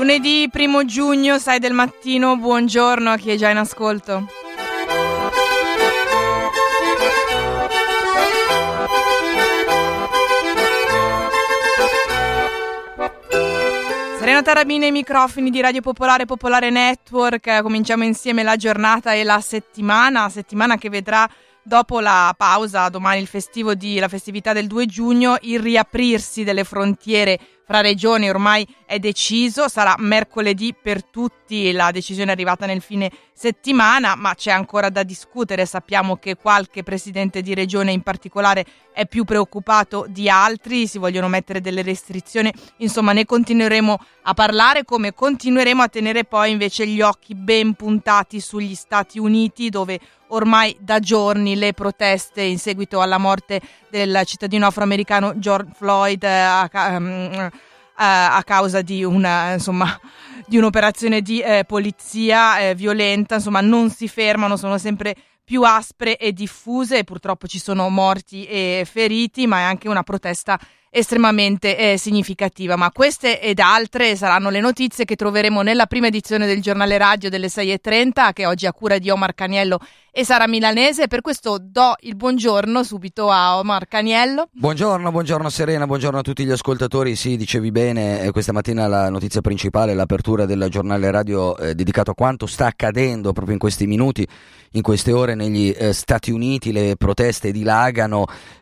Lunedì 1 giugno, 6 del mattino, buongiorno a chi è già in ascolto. Serena Tarabini ai microfoni di Radio Popolare Popolare Network. Cominciamo insieme la giornata e la settimana che vedrà, dopo la pausa, domani la festività del 2 giugno, il riaprirsi delle frontiere fra regioni. Ormai è deciso, sarà mercoledì per tutti, la decisione è arrivata nel fine settimana, ma c'è ancora da discutere. Sappiamo che qualche presidente di regione in particolare è più preoccupato di altri, si vogliono mettere delle restrizioni, insomma ne continueremo a parlare, come continueremo a tenere poi invece gli occhi ben puntati sugli Stati Uniti, dove ormai da giorni le proteste in seguito alla morte del cittadino afroamericano George Floyd a causa di un'operazione di polizia violenta, insomma non si fermano, sono sempre più aspre e diffuse, e purtroppo ci sono morti e feriti, ma è anche una protesta estremamente significativa. Ma queste ed altre saranno le notizie che troveremo nella prima edizione del giornale radio delle 6:30, che oggi è a cura di Omar Caniello e Sara Milanese. Per questo do il buongiorno subito a Omar Caniello. Buongiorno Serena, buongiorno a tutti gli ascoltatori. Sì, dicevi bene, questa mattina la notizia principale, l'apertura del giornale radio dedicato a quanto sta accadendo proprio in questi minuti, in queste ore negli Stati Uniti. Le proteste dilagano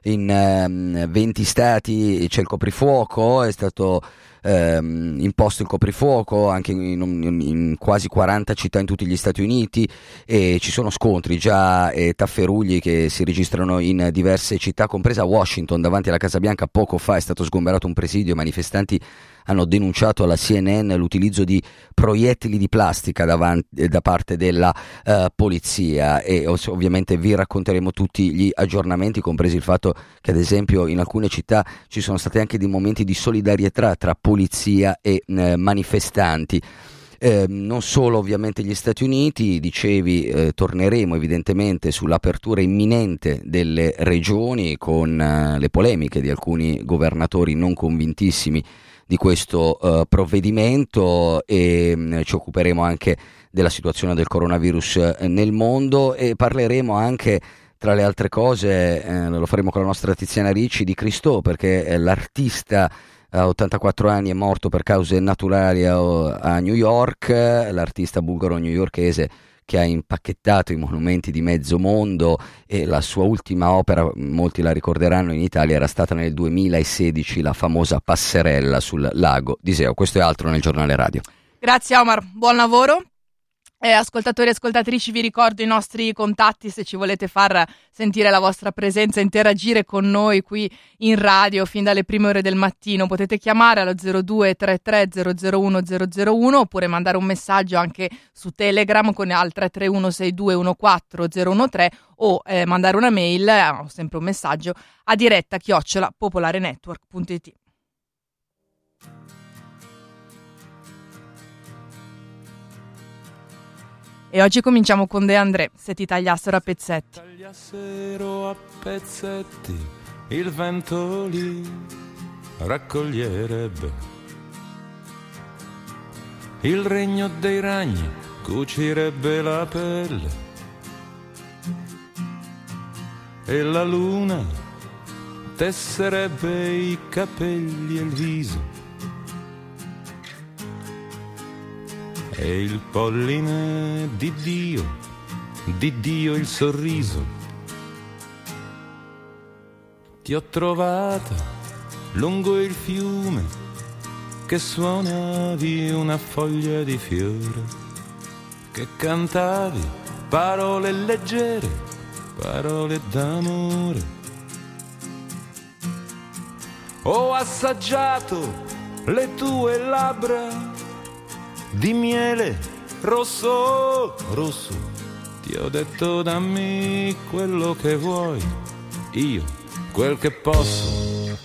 in 20 stati, c'è il coprifuoco, è stato imposto il coprifuoco anche in quasi 40 città in tutti gli Stati Uniti, e ci sono scontri già e tafferugli che si registrano in diverse città, compresa Washington. Davanti alla Casa Bianca poco fa è stato sgomberato un presidio, i manifestanti hanno denunciato alla CNN l'utilizzo di proiettili di plastica da parte della polizia, e ovviamente vi racconteremo tutti gli aggiornamenti, compresi il fatto che ad esempio in alcune città ci sono stati anche dei momenti di solidarietà tra polizia e manifestanti. Non solo ovviamente gli Stati Uniti, dicevi, torneremo evidentemente sull'apertura imminente delle regioni, con le polemiche di alcuni governatori non convintissimi di questo provvedimento, e ci occuperemo anche della situazione del coronavirus nel mondo, e parleremo anche, tra le altre cose, lo faremo con la nostra Tiziana Ricci, di Christaux, perché l'artista a 84 anni è morto per cause naturali a New York, l'artista bulgaro-newyorkese che ha impacchettato i monumenti di mezzo mondo, e la sua ultima opera, molti la ricorderanno in Italia, era stata nel 2016 la famosa passerella sul lago d'Iseo. Questo e altro nel giornale radio. Grazie Omar, buon lavoro. Ascoltatori e ascoltatrici, vi ricordo i nostri contatti se ci volete far sentire la vostra presenza, interagire con noi qui in radio fin dalle prime ore del mattino. Potete chiamare allo 0233 001 001 oppure mandare un messaggio anche su Telegram con al 331 6214 013 o mandare una mail, sempre un messaggio, a diretta@popolarenetwork.it. E oggi cominciamo con De André, Se ti tagliassero a pezzetti. Tagliassero a pezzetti, il vento li raccoglierebbe. Il regno dei ragni cucirebbe la pelle. E la luna tesserebbe i capelli e il viso. E il polline di Dio il sorriso. Ti ho trovata lungo il fiume che suonavi una foglia di fiore, che cantavi parole leggere, parole d'amore. Ho assaggiato le tue labbra di miele rosso, rosso. Ti ho detto dammi quello che vuoi, io quel che posso.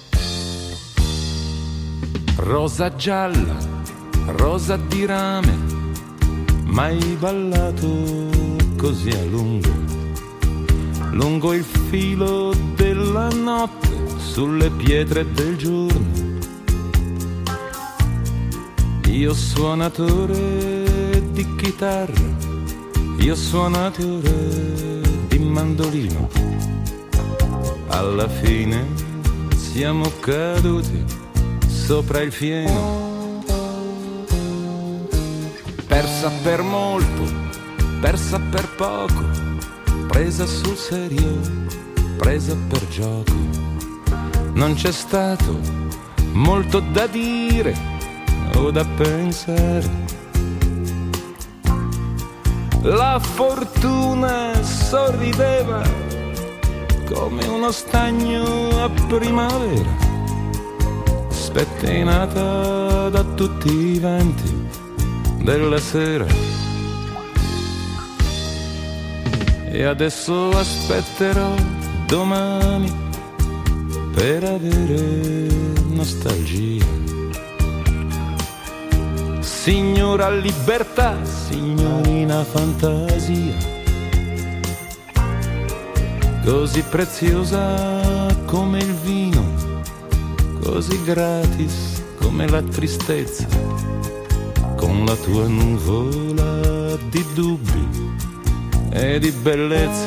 Rosa gialla, rosa di rame, mai ballato così a lungo, lungo il filo della notte, sulle pietre del giorno. Io suonatore di chitarra, io suonatore di mandolino. Alla fine siamo caduti sopra il fieno. Persa per molto, persa per poco, presa sul serio, presa per gioco. Non c'è stato molto da dire o da pensare. La fortuna sorrideva come uno stagno a primavera, spettinata da tutti i venti della sera. E adesso aspetterò domani per avere nostalgia. Signora libertà, signorina fantasia, così preziosa come il vino, così gratis come la tristezza, con la tua nuvola di dubbi e di bellezza.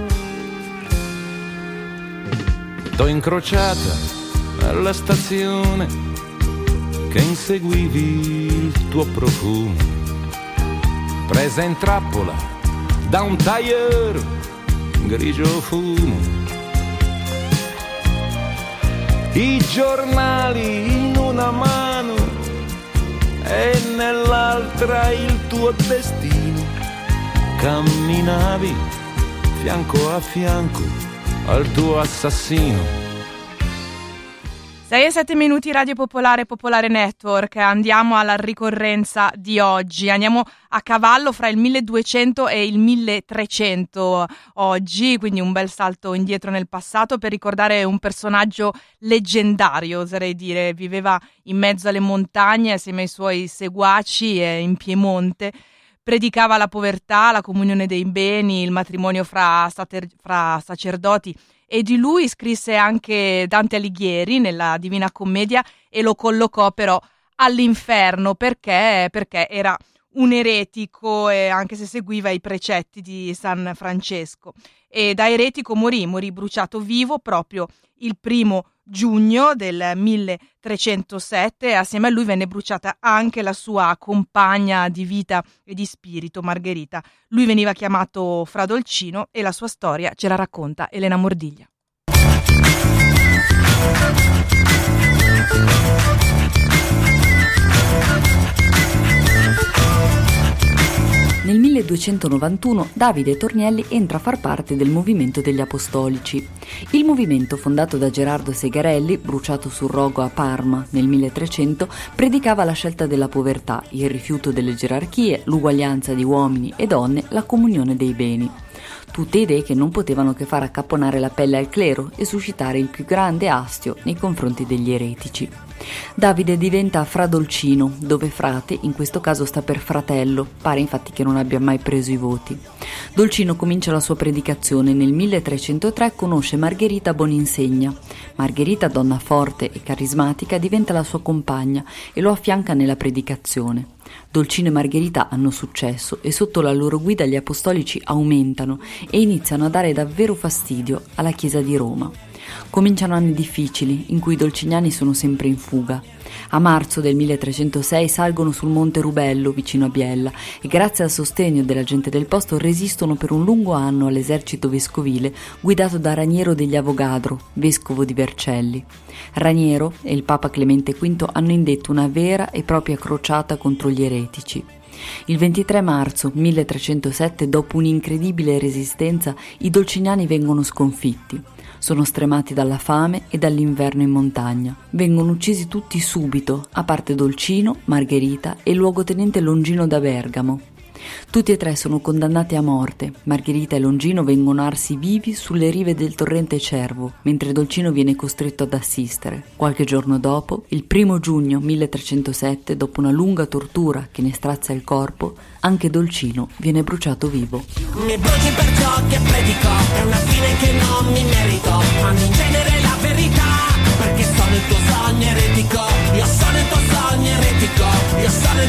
T'ho incrociata alla stazione che inseguivi il tuo profumo, presa in trappola da un tailleur grigio fumo. I giornali in una mano e nell'altra il tuo destino. Camminavi fianco a fianco al tuo assassino. 6 e 7 minuti, Radio Popolare, Popolare Network. Andiamo alla ricorrenza di oggi. Andiamo a cavallo fra il 1200 e il 1300 oggi, quindi un bel salto indietro nel passato per ricordare un personaggio leggendario, oserei dire. Viveva in mezzo alle montagne assieme ai suoi seguaci e in Piemonte. Predicava la povertà, la comunione dei beni, il matrimonio fra sacerdoti, e di lui scrisse anche Dante Alighieri nella Divina Commedia e lo collocò però all'inferno perché era un eretico, e anche se seguiva i precetti di San Francesco. E da eretico morì bruciato vivo proprio il 1 giugno del 1307. Assieme a lui venne bruciata anche la sua compagna di vita e di spirito, Margherita. Lui veniva chiamato Fra Dolcino e la sua storia ce la racconta Elena Mordiglia. Nel 1291 Davide Tornielli entra a far parte del movimento degli Apostolici. Il movimento, fondato da Gerardo Segarelli, bruciato sul rogo a Parma nel 1300, predicava la scelta della povertà, il rifiuto delle gerarchie, l'uguaglianza di uomini e donne, la comunione dei beni. Tutte idee che non potevano che far accapponare la pelle al clero e suscitare il più grande astio nei confronti degli eretici. Davide diventa Fra Dolcino, dove frate in questo caso sta per fratello, pare infatti che non abbia mai preso i voti. Dolcino comincia la sua predicazione. Nel 1303 conosce Margherita Boninsegna. Margherita, donna forte e carismatica, diventa la sua compagna e lo affianca nella predicazione. Dolcino e Margherita hanno successo e sotto la loro guida gli apostolici aumentano e iniziano a dare davvero fastidio alla Chiesa di Roma. Cominciano anni difficili in cui i dolciniani sono sempre in fuga. A marzo del 1306 salgono sul Monte Rubello vicino a Biella e grazie al sostegno della gente del posto resistono per un lungo anno all'esercito vescovile guidato da Raniero degli Avogadro, vescovo di Vercelli. Raniero e il Papa Clemente V hanno indetto una vera e propria crociata contro gli eretici. Il 23 marzo 1307, dopo un'incredibile resistenza, i dolciniani vengono sconfitti. Sono stremati dalla fame e dall'inverno in montagna. Vengono uccisi tutti subito, a parte Dolcino, Margherita e il luogotenente Longino da Bergamo. Tutti e tre sono condannati a morte. Margherita e Longino vengono arsi vivi sulle rive del torrente Cervo, mentre Dolcino viene costretto ad assistere. Qualche giorno dopo, il 1 giugno 1307, dopo una lunga tortura che ne strazia il corpo, anche Dolcino viene bruciato vivo. Mi bruci per ciò che predico, è una fine che non mi merito, ma in genere la verità, perché sono il tuo sogno eretico, io sono il tuo sogno eretico, io sono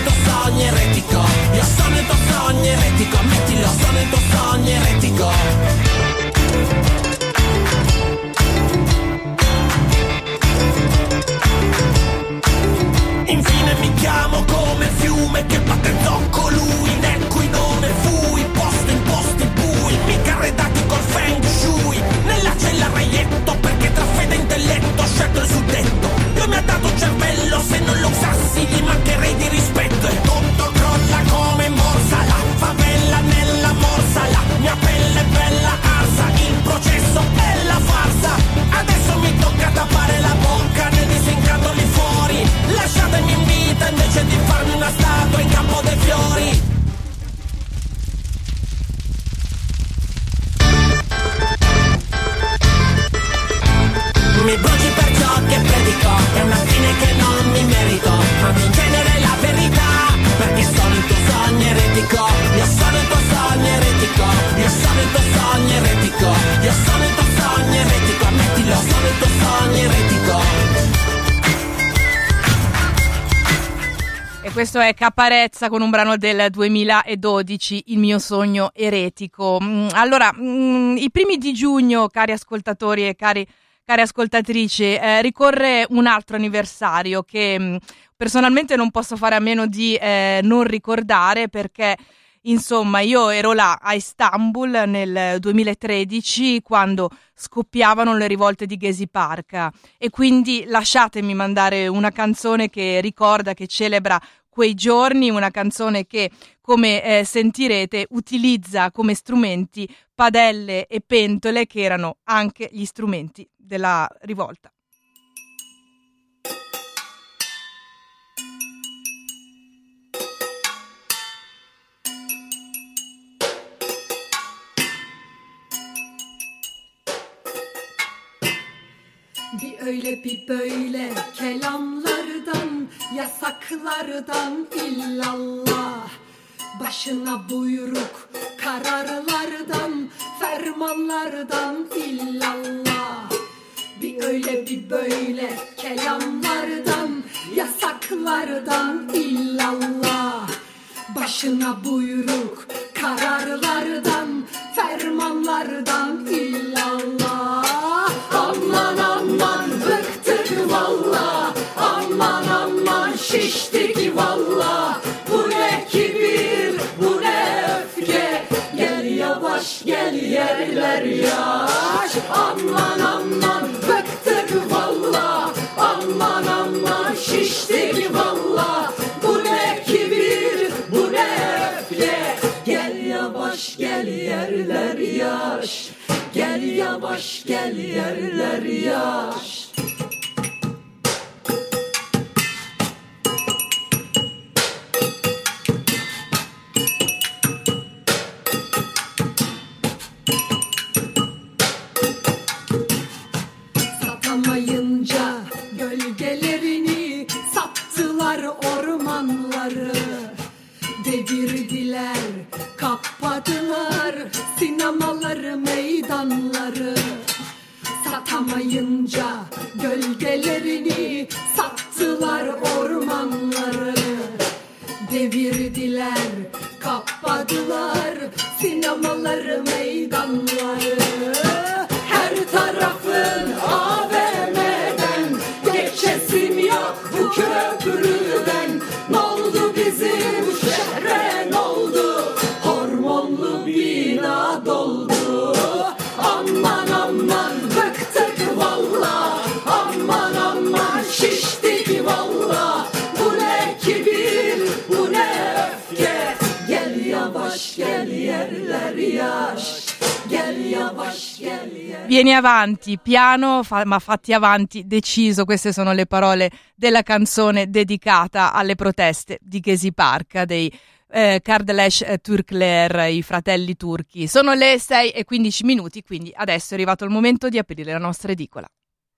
Infine mi chiamo come il fiume che batte il zocco lui, in equidone fui, posto in posti bui, mica arredati col feng shui, nella cella reietto perché tra fede e intelletto ho scelto il suddetto. Dio mi ha dato un cervello, se non lo usassi gli mancherei di rispetto. E tutto crolla come in borsa, la favela nella morsa, la mia pelle è bella arsa, il processo è la farsa. Adesso mi tocca tappare la bocca nel disincanto lì fuori, lasciatemi in vita invece di farmi una statua in campo dei fiori. Mi bruci per ciò che predico, è una fine che non mi merito, ma in genere la verità, perché sono il tuo sogno eretico, io sono il tuo sogno eretico, io sono il tuo sogno eretico, io sono il tuo sogno eretico, ammettilo, sono il tuo sogno eretico. E questo è Caparezza con un brano del 2012, Il mio sogno eretico. Allora, i primi di giugno, cari ascoltatori e care ascoltatrici, ricorre un altro anniversario che personalmente non posso fare a meno di non ricordare, perché insomma io ero là a Istanbul nel 2013 quando scoppiavano le rivolte di Gezi Park, e quindi lasciatemi mandare una canzone che ricorda, che celebra quei giorni, una canzone che, come sentirete, utilizza come strumenti padelle e pentole, che erano anche gli strumenti della rivolta. Bir öyle bir böyle kelamlardan, yasaklardan illallah. Başına buyruk kararlardan, fermanlardan illallah. Bir öyle bir böyle kelamlardan, yasaklardan illallah. Başına buyruk kararlardan, fermanlardan illallah. Aman aman bıktık valla, aman aman şiştik valla. Bu ne kibir, bu ne öfke, gel yavaş gel yerler yaş. Aman aman bıktık valla, aman aman şiştik valla. Bu ne kibir, bu ne öfke, gel yavaş gel yerler yaş. Gel yavaş gel yerler yaş. Satamayınca gölgelerini sattılar ormanları. Devirdiler, kapadılar sinemaları, meydanları. Satamayınca gölgelerini sattılar ormanları. Devirdiler, kapadılar sinemaları, meydanları. Her tarafın AVM'den, geçesim yok bu köprüden. Ne oldu bizim şehre, ne oldu? Hormonlu bina doldu. Aman aman bıktık valla, aman aman şiştik valla. Bu ne kibir, bu ne öfke, gel yavaş gel yerler yaş. Gel yavaş gel yerler. Vieni avanti, piano, ma fatti avanti, deciso. Queste sono le parole della canzone dedicata alle proteste di Gezi Park dei Kardeş Türkler, i fratelli turchi. Sono le 6:15, quindi adesso è arrivato il momento di aprire la nostra edicola.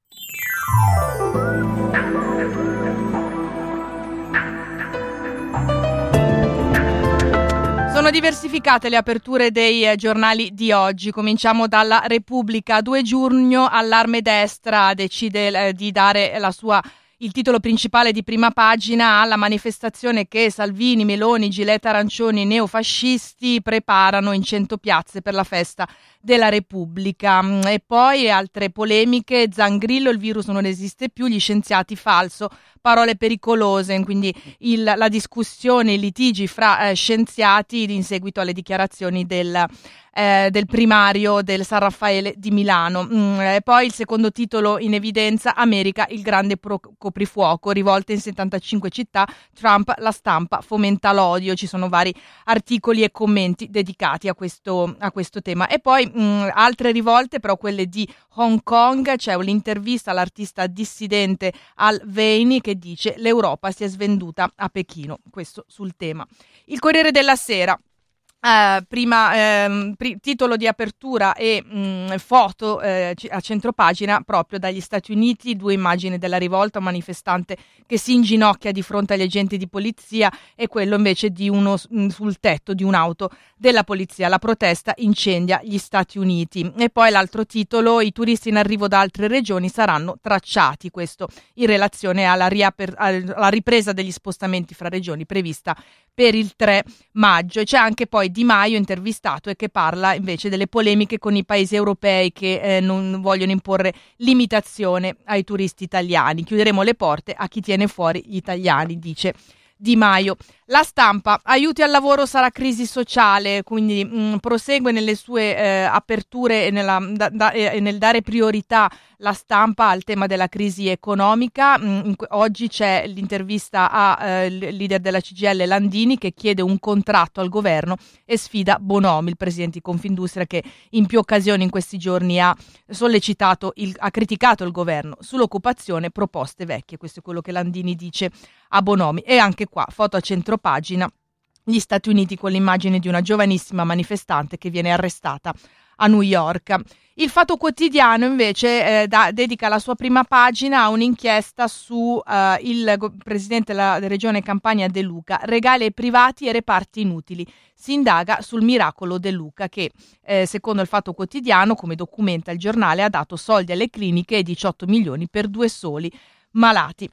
Sono diversificate le aperture dei giornali di oggi. Cominciamo dalla Repubblica. 2 giugno, allarme destra, decide di dare il titolo principale di prima pagina alla manifestazione che Salvini, Meloni, Gilet arancioni e neofascisti preparano in 100 piazze per la festa della Repubblica. E poi altre polemiche: Zangrillo, il virus non esiste più, gli scienziati falso, parole pericolose, quindi la discussione, i litigi fra scienziati in seguito alle dichiarazioni del primario del San Raffaele di Milano. Poi il secondo titolo in evidenza: America, il grande coprifuoco, rivolte in 75 città, Trump, la stampa fomenta l'odio. Ci sono vari articoli e commenti dedicati a questo tema. E poi altre rivolte, però quelle di Hong Kong. C'è un'intervista all'artista dissidente Al Veini che dice: l'Europa si è svenduta a Pechino. Questo sul tema. Il Corriere della Sera. Titolo di apertura e foto a centropagina proprio dagli Stati Uniti, 2 immagini della rivolta, un manifestante che si inginocchia di fronte agli agenti di polizia e quello invece di uno sul tetto di un'auto della polizia. La protesta incendia gli Stati Uniti. E poi l'altro titolo: i turisti in arrivo da altre regioni saranno tracciati, questo in relazione alla ripresa degli spostamenti fra regioni prevista per il 3 maggio. E c'è anche poi Di Maio intervistato e che parla invece delle polemiche con i paesi europei che non vogliono imporre limitazione ai turisti italiani. Chiuderemo le porte a chi tiene fuori gli italiani, dice Di Maio. La Stampa: aiuti al lavoro, sarà crisi sociale, quindi prosegue nelle sue aperture e nel dare priorità la Stampa al tema della crisi economica. Oggi c'è l'intervista al leader della CGIL Landini, che chiede un contratto al governo e sfida Bonomi, il presidente di Confindustria, che in più occasioni in questi giorni ha criticato il governo sull'occupazione, proposte vecchie. Questo è quello che Landini dice a Bonomi. E anche qua foto a centropagina, gli Stati Uniti con l'immagine di una giovanissima manifestante che viene arrestata a New York. Il Fatto Quotidiano invece dedica la sua prima pagina a un'inchiesta su il presidente della regione Campania De Luca: regali ai privati e reparti inutili. Si indaga sul miracolo De Luca che, secondo il Fatto Quotidiano, come documenta il giornale, ha dato soldi alle cliniche e 18 milioni per 2 soli malati.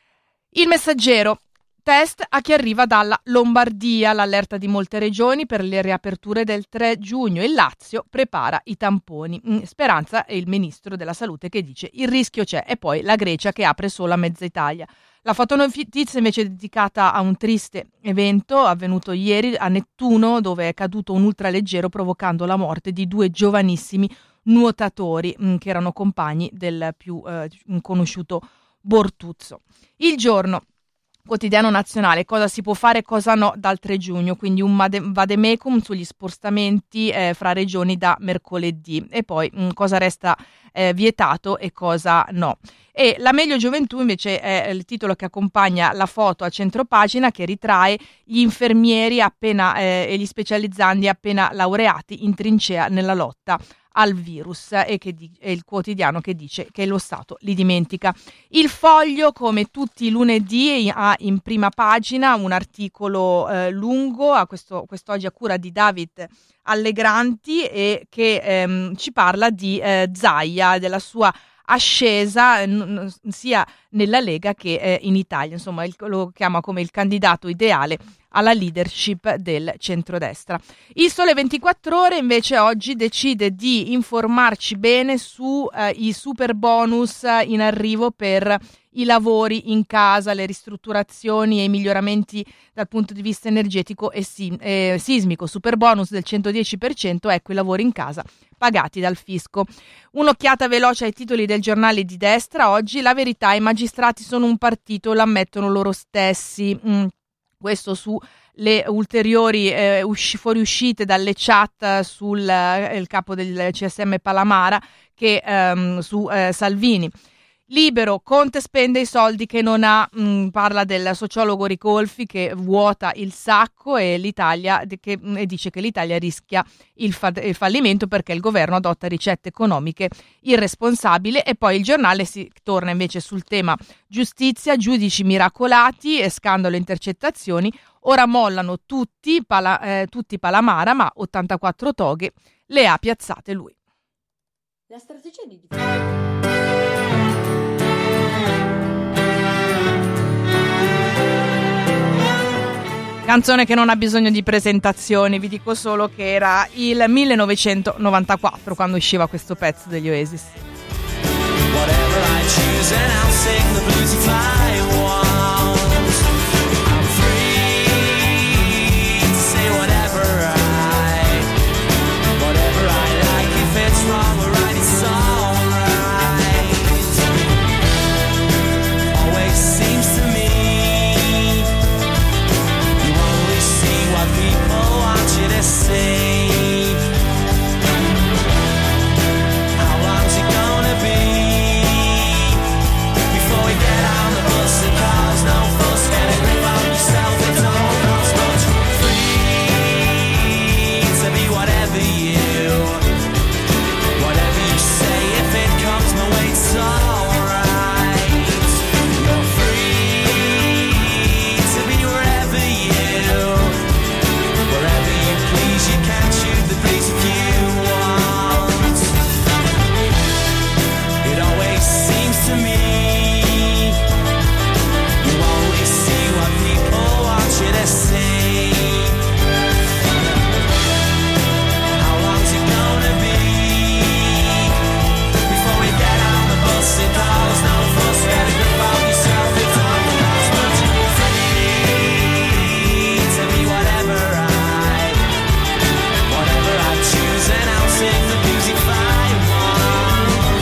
Il Messaggero: test a chi arriva dalla Lombardia, l'allerta di molte regioni per le riaperture del 3 giugno. Il Lazio prepara i tamponi. Speranza è il ministro della salute che dice: il rischio c'è. E poi la Grecia che apre solo a mezza Italia. La fotonotizia invece è dedicata a un triste evento avvenuto ieri a Nettuno, dove è caduto un ultraleggero provocando la morte di 2 giovanissimi nuotatori che erano compagni del più conosciuto Bortuzzo. Il Giorno, quotidiano nazionale: cosa si può fare e cosa no dal 3 giugno, quindi un vademecum sugli spostamenti fra regioni da mercoledì. E poi cosa resta vietato e cosa no. E la Meglio Gioventù invece è il titolo che accompagna la foto a centropagina, che ritrae gli infermieri e gli specializzandi appena laureati in trincea nella lotta al virus, e il quotidiano che dice che lo Stato li dimentica. Il Foglio, come tutti i lunedì, ha in prima pagina un articolo lungo, quest'oggi a cura di David Allegranti, e che ci parla di Zaia, della sua ascesa sia nella Lega che in Italia. Insomma, lo chiama come il candidato ideale alla leadership del centrodestra. Il Sole 24 Ore invece oggi decide di informarci bene su i super bonus in arrivo per i lavori in casa, le ristrutturazioni e i miglioramenti dal punto di vista energetico e sismico. Super bonus del 110%, ecco i lavori in casa pagati dal fisco. Un'occhiata veloce ai titoli del giornale di destra oggi: La Verità: i magistrati sono un partito, l'ammettono loro stessi. Questo su le ulteriori fuoriuscite dalle chat sul il capo del CSM Palamara che su Salvini. Libero: Conte spende i soldi che non ha, parla del sociologo Ricolfi che vuota il sacco e dice che l'Italia rischia il fallimento perché il governo adotta ricette economiche irresponsabili. E poi il giornale si torna invece sul tema giustizia: giudici miracolati e scandalo intercettazioni, ora mollano tutti Palamara, ma 84 toghe le ha piazzate lui. La strategia di difesa. Canzone che non ha bisogno di presentazioni, vi dico solo che era il 1994 quando usciva questo pezzo degli Oasis. Whatever I choose and I'll sing the blues if I want. I'm free to say whatever I like. If it's wrong or right, it's alright. Always seems to me you only see what people want you to see. How long's it gonna be before we get on the bus and cause no fuss? Get a grip on yourself, it don't cost much. Free to be whatever you say. If it comes my way, it's alright. You're free to be wherever you please. You can choose the breeze if you want. It always seems to me you only see what people want you to see. How long's it gonna be before we get on the bus? It calls no fuss. Get a grip on yourself, it don't cost much. Free to be whatever I choose, and I'll sing the blues if I want.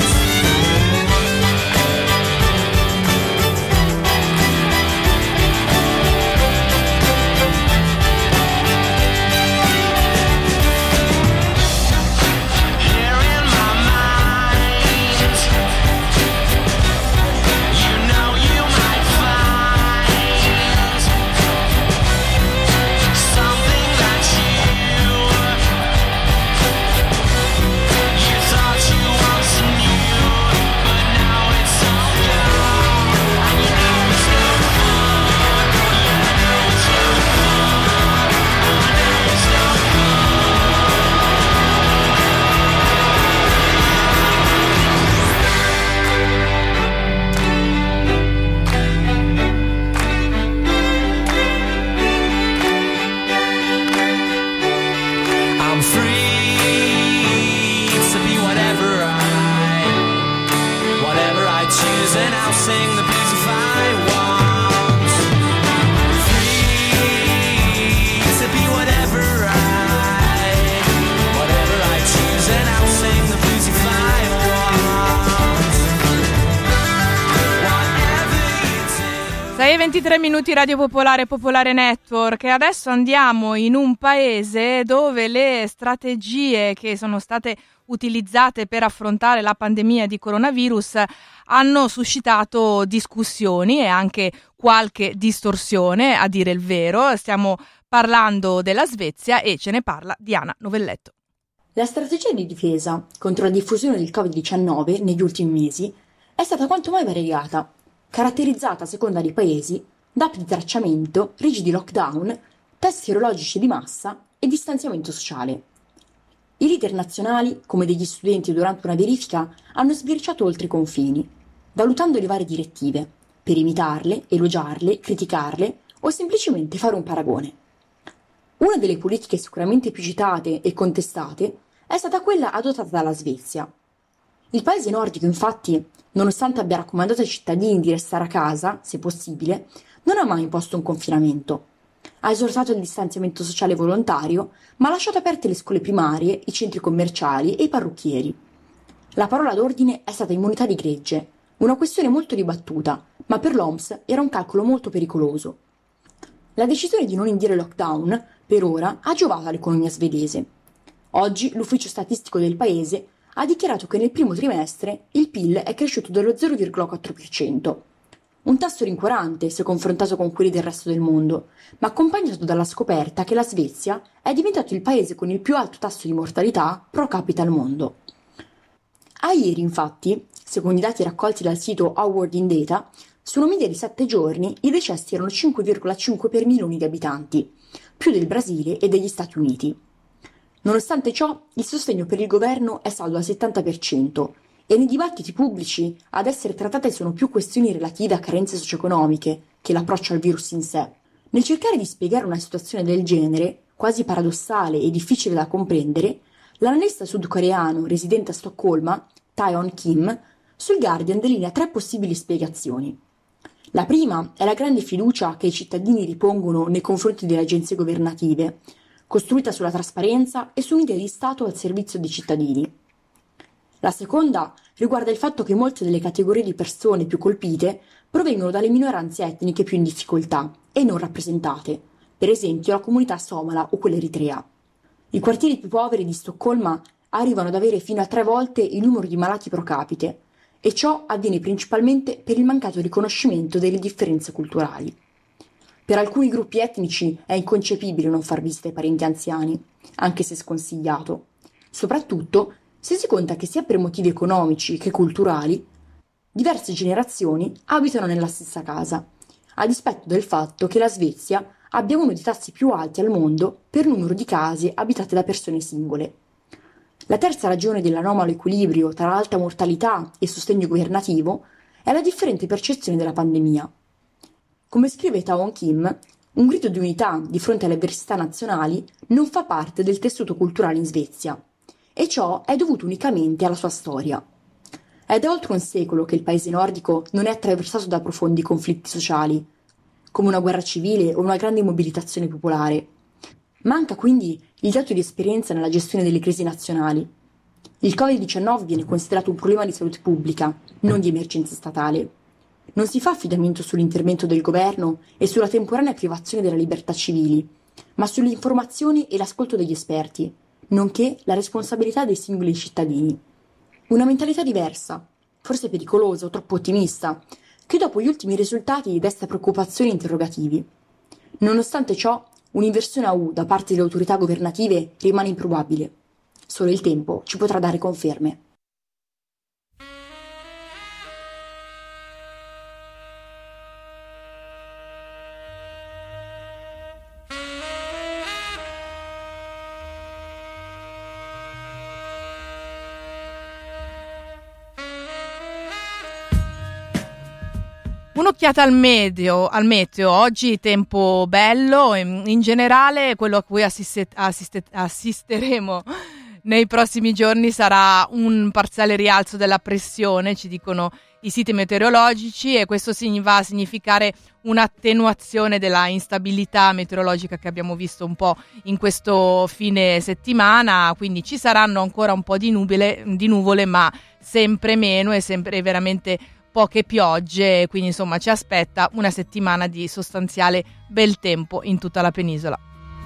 23 minuti Radio Popolare, Popolare Network, e adesso andiamo in un paese dove le strategie che sono state utilizzate per affrontare la pandemia di coronavirus hanno suscitato discussioni e anche qualche distorsione, a dire il vero. Stiamo parlando della Svezia e ce ne parla Diana Novelletto. La strategia di difesa contro la diffusione del Covid-19 negli ultimi mesi è stata quanto mai variegata, caratterizzata a seconda dei paesi da app di tracciamento, rigidi lockdown, test sierologici di massa e distanziamento sociale. I leader nazionali, come degli studenti durante una verifica, hanno sbirciato oltre i confini, valutando le varie direttive, per imitarle, elogiarle, criticarle o semplicemente fare un paragone. Una delle politiche sicuramente più citate e contestate è stata quella adottata dalla Svezia. Il paese nordico, infatti, nonostante abbia raccomandato ai cittadini di restare a casa, se possibile, non ha mai imposto un confinamento. Ha esortato il distanziamento sociale volontario, ma ha lasciato aperte le scuole primarie, i centri commerciali e i parrucchieri. La parola d'ordine è stata immunità di gregge, una questione molto dibattuta, ma per l'OMS era un calcolo molto pericoloso. La decisione di non indire lockdown, per ora, ha giovato all'economia svedese. Oggi l'ufficio statistico del paese ha dichiarato che nel primo trimestre il PIL è cresciuto dello 0,4%, un tasso rincuorante se confrontato con quelli del resto del mondo, ma accompagnato dalla scoperta che la Svezia è diventato il paese con il più alto tasso di mortalità pro capite al mondo. A ieri, infatti, secondo i dati raccolti dal sito Award in Data, su una media di 7 giorni i decessi erano 5,5 per milioni di abitanti, più del Brasile e degli Stati Uniti. Nonostante ciò, il sostegno per il governo è saldo al 70% e nei dibattiti pubblici ad essere trattate sono più questioni relative a carenze socio-economiche che l'approccio al virus in sé. Nel cercare di spiegare una situazione del genere, quasi paradossale e difficile da comprendere, l'analista sudcoreano residente a Stoccolma, Tae-Hon Kim, sul Guardian delinea 3 possibili spiegazioni. La prima è la grande fiducia che i cittadini ripongono nei confronti delle agenzie governative, costruita sulla trasparenza e su un'idea di Stato al servizio dei cittadini. La seconda riguarda il fatto che molte delle categorie di persone più colpite provengono dalle minoranze etniche più in difficoltà e non rappresentate, per esempio la comunità somala o quella eritrea. I quartieri più poveri di Stoccolma arrivano ad avere fino a 3 volte il numero di malati pro capite, e ciò avviene principalmente per il mancato riconoscimento delle differenze culturali. Per alcuni gruppi etnici è inconcepibile non far visita ai parenti anziani, anche se sconsigliato, soprattutto se si conta che sia per motivi economici che culturali, diverse generazioni abitano nella stessa casa, a dispetto del fatto che la Svezia abbia uno dei tassi più alti al mondo per numero di case abitate da persone singole. La terza ragione dell'anomalo equilibrio tra alta mortalità e sostegno governativo è la differente percezione della pandemia. Come scrive Tae-Hon Kim, un grido di unità di fronte alle avversità nazionali non fa parte del tessuto culturale in Svezia, e ciò è dovuto unicamente alla sua storia. È da oltre un secolo che il paese nordico non è attraversato da profondi conflitti sociali, come una guerra civile o una grande mobilitazione popolare. Manca quindi il dato di esperienza nella gestione delle crisi nazionali. Il Covid-19 viene considerato un problema di salute pubblica, non di emergenza statale. Non si fa affidamento sull'intervento del governo e sulla temporanea privazione della libertà civili, ma sulle informazioni e l'ascolto degli esperti, nonché la responsabilità dei singoli cittadini. Una mentalità diversa, forse pericolosa o troppo ottimista, che dopo gli ultimi risultati desta preoccupazioni e interrogativi. Nonostante ciò, un'inversione a U da parte delle autorità governative rimane improbabile. Solo il tempo ci potrà dare conferme. Un'occhiata al meteo, oggi tempo bello, in generale quello a cui assisteremo nei prossimi giorni sarà un parziale rialzo della pressione, ci dicono i siti meteorologici, e questo va a significare un'attenuazione della instabilità meteorologica che abbiamo visto un po' in questo fine settimana, quindi ci saranno ancora un po' di nuvole, ma sempre meno e sempre veramente poche piogge, quindi insomma ci aspetta una settimana di sostanziale bel tempo in tutta la penisola.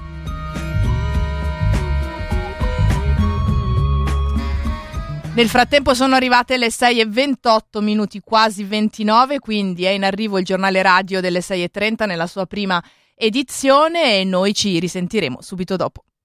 Nel frattempo sono arrivate le 6:28, quasi 29, quindi è in arrivo il giornale radio delle 6:30 nella sua prima edizione e noi ci risentiremo subito dopo.